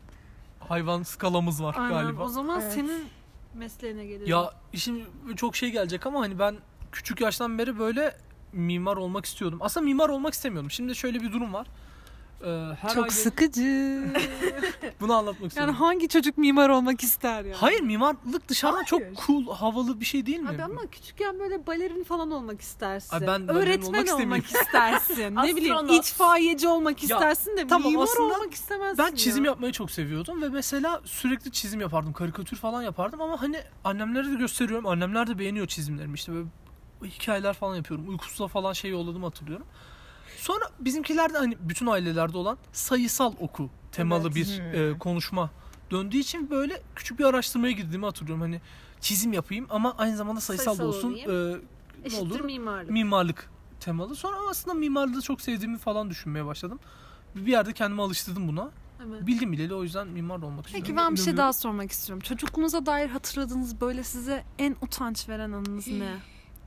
hayvan skalamız var Aynen. galiba. O zaman Evet. senin mesleğine gelelim. Ya şimdi çok şey gelecek ama hani ben küçük yaştan beri böyle mimar olmak istiyordum. Aslında mimar olmak istemiyordum. Şimdi şöyle bir durum var. Ee, her çok aile- sıkıcı. Bunu anlatmak Yani istiyorum. hangi çocuk mimar olmak ister ya? Hayır, mimarlık dışarıdan Hayır. çok cool, havalı bir şey değil mi? Abi ama küçükken böyle balerin falan olmak istersin. Ay ben balerin Öğretmen olmak olmak, istemiyorum. istersin. ne bileyim Astronot. itfaiyeci olmak Ya, istersin de tamam, mimar aslında olmak istemezsin Ben çizim ya. yapmayı çok seviyordum ve mesela sürekli çizim yapardım, karikatür falan yapardım ama hani annemlere de gösteriyorum. Annemler de beğeniyor çizimlerimi, işte böyle hikayeler falan yapıyorum. Uykusuzda falan şey yolladım, hatırlıyorum. Sonra bizimkilerde hani bütün ailelerde olan sayısal oku temalı Evet. bir Hmm. e, konuşma döndüğü için böyle küçük bir araştırmaya girdiğimi hatırlıyorum. Hani çizim yapayım ama aynı zamanda sayısal, Sayısal da olsun. olayım. E, ne Eşittir olur? mimarlık. Mimarlık temalı. Sonra aslında mimarlığı çok sevdiğimi falan düşünmeye başladım. Bir yerde kendimi alıştırdım buna. Evet. Bildim bileli o yüzden mimar olmak istiyorum. Peki ben bir şey İnanıyorum. daha sormak istiyorum. Çocukluğunuza dair hatırladığınız böyle size en utanç veren anınız ne?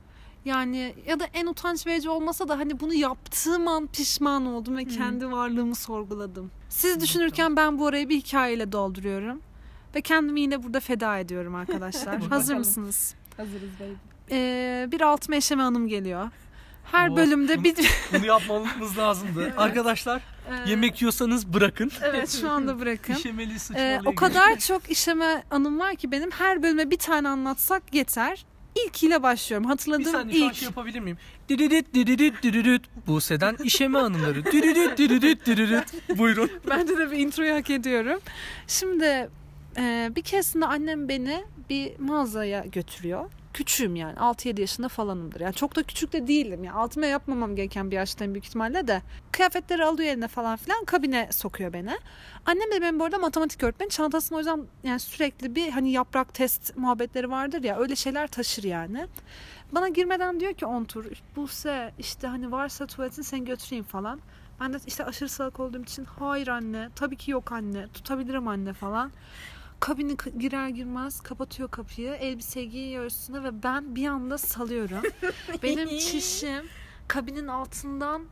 Yani ya da en utanç verici olmasa da hani bunu yaptığım an pişman oldum ve kendi varlığımı sorguladım. Siz düşünürken ben bu arayı bir hikayeyle dolduruyorum. Ve kendimi yine burada feda ediyorum arkadaşlar. Hazır Bakalım. mısınız? Hazırız baby. Ee, bir Altı Meşeme Hanım geliyor. Her Oh, bölümde bunu- bir... Bunu yapmamız lazımdı. Arkadaşlar Ee, yemek yiyorsanız bırakın. Evet, şu anda bırakın. İşemeli sıçmalı. Ee, o kadar çok işeme anım var ki benim, her bölüme bir tane anlatsak yeter. İlkiyle başlıyorum. Bir Hatırladığım saniye şu an ilk. şey yapabilir miyim? Dididit dididit dididit. Buse'den işeme anıları. Dididit dididit dididit. Buyurun. Bence de bir introyu hak ediyorum. Şimdi e, bir keresinde annem beni bir mağazaya götürüyor. Küçüğüm yani. altı yedi yaşında falanımdır. Yani çok da küçük de değilim. Yani altıma yapmamam gereken bir yaştayım büyük ihtimalle de. Kıyafetleri alıyor eline falan filan. Kabine sokuyor beni. Annem de benim bu arada matematik öğretmeni. Çantasında o yüzden yani sürekli bir hani yaprak test muhabbetleri vardır ya. Öyle şeyler taşır yani. Bana girmeden diyor ki on tur. Buse işte hani varsa tuvaletin seni götüreyim falan. Ben de işte aşırı salak olduğum için hayır anne, tabii ki yok anne, tutabilirim anne falan. Kabini k- girer girmez kapatıyor kapıyı, elbiseyi giyiyor üstüne ve ben bir anda salıyorum. Benim çişim kabinin altından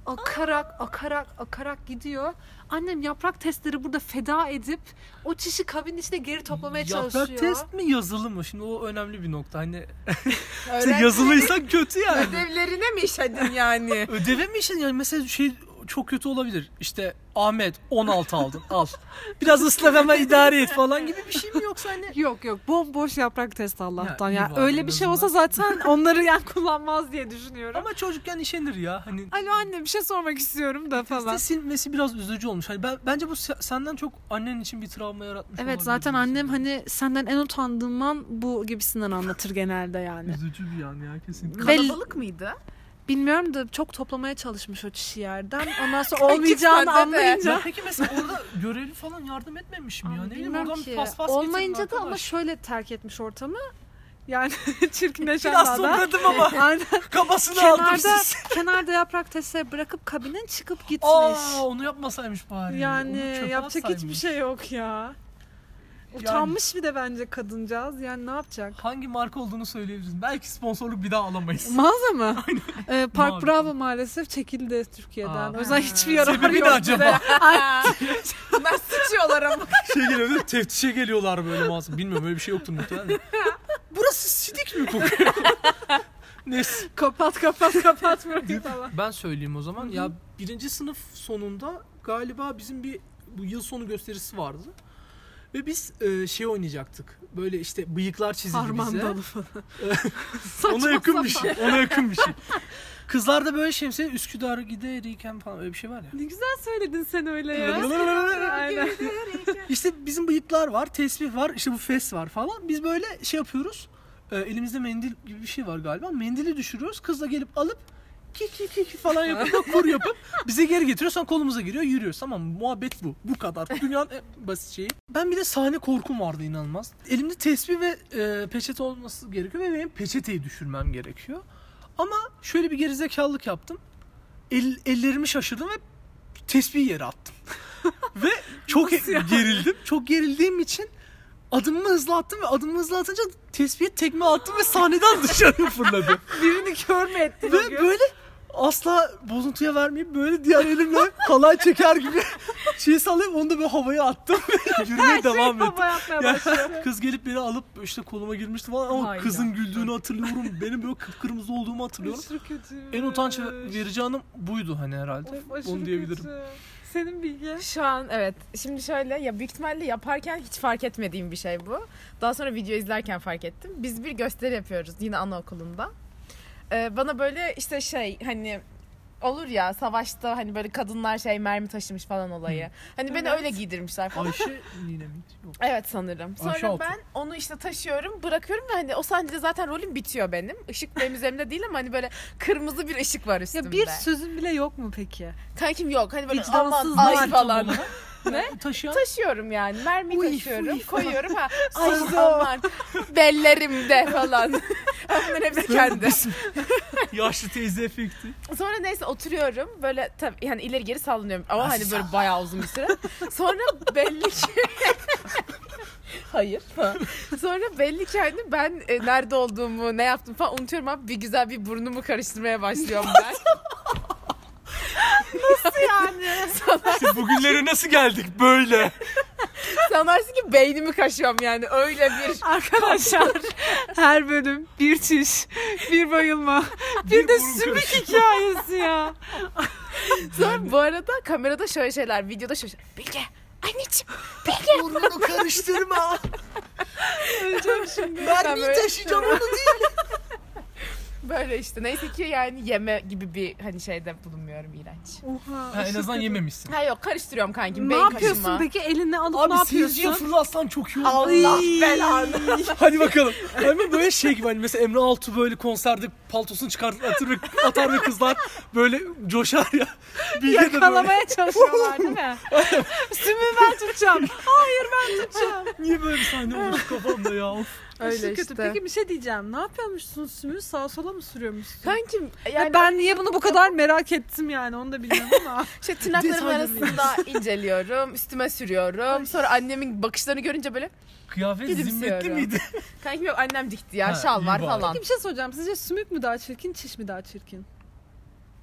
akarak akarak akarak gidiyor. Annem yaprak testleri burada feda edip o çişi kabinin içine geri toplamaya çalışıyor. Yaprak test mi yazılı mı? Şimdi o önemli bir nokta. Hani Öğrenci yazılıysa kötü yani. ödevlerine mi işledin yani? Ödeve mi işin? Yani mesela şey çok kötü olabilir. İşte Ahmet on altı aldın al. Biraz ıslak ama idare et falan gibi bir şey mi yoksa hani? Yok yok bomboş yaprak test Allah'tan. Ya, Ya, iyi yani öyle var, bir şey en olsa zaten onları yani kullanmaz diye düşünüyorum. Ama çocukken işenir ya. Hani Alo anne bir şey sormak istiyorum da falan. testi silmesi biraz üzücü olmuş. Hani ben, bence bu se- senden çok annen için bir travma yaratmış Evet olabilir zaten diye annem düşünüyorum. hani senden en utandığım an bu gibisinden anlatır genelde yani. Üzücü bir an ya kesin. Ve- Kalabalık mıydı? Bilmiyorum da çok toplamaya çalışmış o çişi yerden. Ondan sonra olmayacağını sende de. anlayınca. Ya peki mesela orada görevli falan yardım etmemiş mi ya? Abi Ne bileyim bilmiyorum oradan ki. bir paspas Olmayınca getirin da ama arkadaş. şöyle terk etmiş ortamı. Yani çirkinleşen Biraz adam. sokladım ama Aynen. kabasını aldım kenarda, siz. kenarda yaprak testleri bırakıp kabinin çıkıp gitmiş. Aa onu yapmasaymış bari. Yani Onu çöpe yapacak atsaymış. hiçbir şey yok ya. Utanmış bir de bence kadıncağız. Yani ne yapacak? Hangi marka olduğunu söyleyebiliriz. Belki sponsorluk bir daha alamayız. Mağaza mı? Ee, Park Mavi. Bravo maalesef çekildi Türkiye'den. Aa. O yüzden hiçbir yararı Sebebi yok ne acaba? bize. Bunlar sıçıyorlar ama. Şey geliyor değil mi? Teftişe geliyorlar böyle mağaza. Bilmiyorum öyle bir şey yoktur muhtemelen. Burası sidik mi kokuyor? Neyse. Kapat kapat kapat burayı falan. Ben söyleyeyim o zaman. Ya birinci sınıf sonunda galiba bizim bir bu yıl sonu gösterisi vardı. Ve biz e, şey oynayacaktık. Böyle işte bıyıklar çizildi bize. Harmandalı falan. Ona yakın bir şey. Ona yakın bir şey. Kızlar da böyle şemsiye Üsküdar'a giderken falan öyle bir şey var ya. Ne güzel söyledin sen öyle ya. Aynen. İşte bizim bıyıklar var, tesbih var, işte bu fes var falan. Biz böyle şey yapıyoruz. E, elimizde mendil gibi bir şey var galiba. Mendili düşürüyoruz. Kız da gelip alıp ki ki ki ki falan yapıp kur yapıp bize geri getiriyor. Sonra kolumuza giriyor, yürüyoruz. Tamam mı? Muhabbet bu. Bu kadar. Dünyanın en basit şeyi. Ben bir de sahne korkum vardı inanılmaz. Elimde tesbih ve e, peçete olması gerekiyor ve benim peçeteyi düşürmem gerekiyor. Ama şöyle bir gerizekalılık yaptım. El, ellerimi şaşırdım ve tesbihi yere attım. ve çok gerildim. Çok gerildiğim için adımımı hızlı attım ve adımımı hızlı atınca tespihe tekme attım ve sahneden dışarı fırladı. Birini kör mü ettin? Ve böyle asla bozuntuya vermeyip böyle diğer elimle halay çeker gibi şey sallayıp onu da böyle havaya attım ve yürümeye devam ettim. Hava yapmaya Ya, başladı. kız gelip beni alıp işte koluma girmişti falan ama Hayda. kızın güldüğünü hatırlıyorum. Benim böyle kıpkırmızı olduğumu hatırlıyorum. Aşırı kötü. En utanç verici anım buydu hani herhalde. Of, aşırı Onu diyebilirim. kötü. Senin bilgi. Şu an evet. Şimdi şöyle ya büyük ihtimalle yaparken hiç fark etmediğim bir şey bu. Daha sonra video izlerken fark ettim. Biz bir gösteri yapıyoruz yine anaokulunda. Ee, bana böyle işte şey hani olur ya savaşta hani böyle kadınlar şey mermi taşımış falan olayı. Hani beni Evet. öyle giydirmişler falan. Ayşe yine mi? Yok. Evet sanırım. Sonra Ayşe Altun. ben onu işte taşıyorum, bırakıyorum ve hani o sahnede zaten rolüm bitiyor benim. Işık benim üzerimde değil ama hani böyle kırmızı bir ışık var üstümde. Ya bir sözün bile yok mu peki? Kankim yok. Hani böyle Vicdansız aman ay var falan. Ne? Taşıyan? Taşıyorum yani. Mermi Uy, taşıyorum. uy. Koyuyorum. Ha, ay aman. Bellerimde falan. Bunların hepsi kendi. Yaşlı teyze efekti. Sonra neyse oturuyorum. Böyle tabii yani ileri geri sallanıyorum. Ama Nasıl hani böyle bayağı uzun bir süre. Sonra belli ki... Hayır. Sonra belli ki hani ben e, nerede olduğumu, ne yaptım falan unutuyorum abi. Bir güzel bir burnumu karıştırmaya başlıyorum ben. Yani. İşte bugünlere nasıl geldik böyle? Sanarsın ki beynimi kaşıyorum yani. Öyle bir... Arkadaşlar her bölüm bir çiş, bir bayılma, bir, Bir de burun sümük karışımı. hikayesi ya. Sonra bu arada kamerada şöyle şeyler, videoda şöyle şeyler. Bilge, anneciğim. Burnunu karıştırma. Öleceğim şimdi. Ben niye böyle- taşıyacağım onu değil. Böyle işte neyse ki yani yeme gibi bir hani şeyde bulunmuyorum, iğrenç. Oha. Ha, en azından yememişsin. Ha yok karıştırıyorum kankim. Ne beyin yapıyorsun kaşıma. peki? Eline alıp Abi ne yapıyorsun? seyirciye fırlatsan çok iyi olur. Allah Ay. belanı. Hadi bakalım. Hemen böyle şey gibi hani mesela Emre Altuğ böyle konserde paltosunu çıkartır atar ve, atar ve kızlar böyle coşar ya. Bilge de böyle. Yakalamaya çalışıyorlar değil mi? Sümüğü ben tutacağım. Hayır ben tutacağım. Niye böyle bir sahne olmuş kafamda ya? Of. Öyle Aşırı işte. kötü. Peki bir şey diyeceğim. Ne yapıyormuşsun sümüğü? Sağa sola mı sürüyormuşsun? Kankim Ya yani ben niye bunu bu kadar merak ettim yani onu da bilmiyorum ama. işte tırnaklarım Detayları arasında inceliyorum, üstüme sürüyorum. Sonra annemin bakışlarını görünce böyle Kıyafet Gülümsüyorum. zimmetli miydi? kankim yok annem dikti ya Ha, şal iyi var bari. falan. Peki bir şey soracağım. Sizce sümük mü daha çirkin, çiş mi daha çirkin?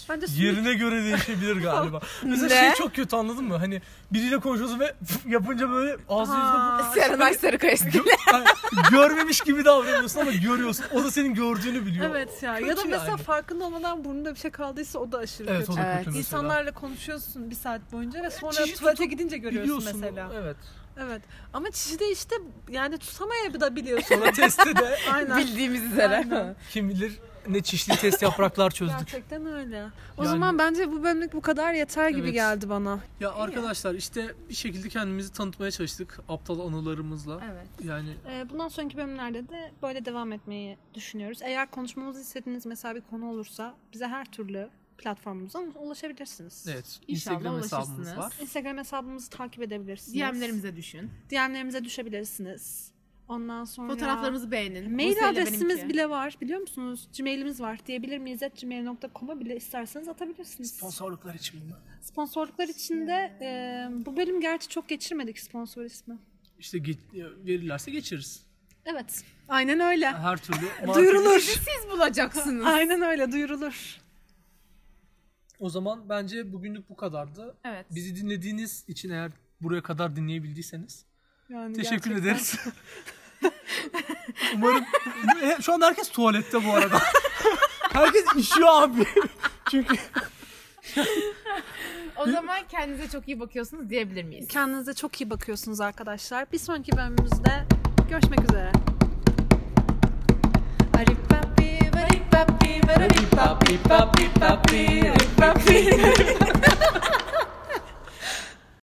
Bence yerine göre değişebilir galiba. Mesela Ne? şey çok kötü, anladın mı? Hani biriyle konuşuyorsun ve yapınca böyle ağzı yüzüne Serenay Sarıkaya stili. görmemiş gibi davranıyorsun ama görüyorsun. O da senin gördüğünü biliyor. Evet ya. Kötü Ya da mesela yani. farkında olmadan burnunda bir şey kaldıysa o da aşırı Evet, kötü. o da Evet. kötü mesela. İnsanlarla konuşuyorsun bir saat boyunca ve sonra Çişi tuvalete tutup gidince görüyorsun biliyorsun. mesela. Evet. Evet. Ama çişi de işte yani tutamayabiliyorsun. Sonra testte de Aynen. Bildiğimiz üzere. Aynen. kim bilir ne çeşitli test yapraklar çözdük. Gerçekten öyle. O Yani- zaman bence bu bölümlük bu kadar yeter gibi Evet. geldi bana. Ya arkadaşlar işte bir şekilde kendimizi tanıtmaya çalıştık aptal anılarımızla. Evet. Yani Ee, bundan sonraki bölümlerde de böyle devam etmeyi düşünüyoruz. Eğer konuşmamızı istediğiniz mesela bir konu olursa bize her türlü platformumuzdan ulaşabilirsiniz. evet, İnşallah Instagram hesabımız ulaşırsınız. var. Instagram hesabımızı takip edebilirsiniz. D M'lerimize düşün. D M'lerimize düşebilirsiniz. Ondan sonra Fotoğraflarımızı beğenin. mail Buse'yle adresimiz benimki. bile var biliyor musunuz? Gmail'imiz var. Diyebilir miyiz at gmail nokta com'a bile isterseniz atabilirsiniz. Sponsorluklar için mi? Sponsorluklar için de e, bu bölüm gerçi çok geçirmedik sponsor ismi. İşte ge- verirlerse geçiririz. Evet. Aynen öyle. Her türlü. Duyurulur. Siz bulacaksınız. Aynen öyle duyurulur. O zaman bence bugünlük bu kadardı. Evet. Bizi dinlediğiniz için, eğer buraya kadar dinleyebildiyseniz Yani teşekkür gerçekten. ederiz. Umarım şu anda herkes tuvalette bu arada. Herkes işiyor abi. Çünkü O zaman kendinize çok iyi bakıyorsunuz diyebilir miyiz? Kendinize çok iyi bakıyorsunuz arkadaşlar. Bir sonraki bölümümüzde görüşmek üzere. Aripapi, varipapi, varipapi, papi, papi, aripapi.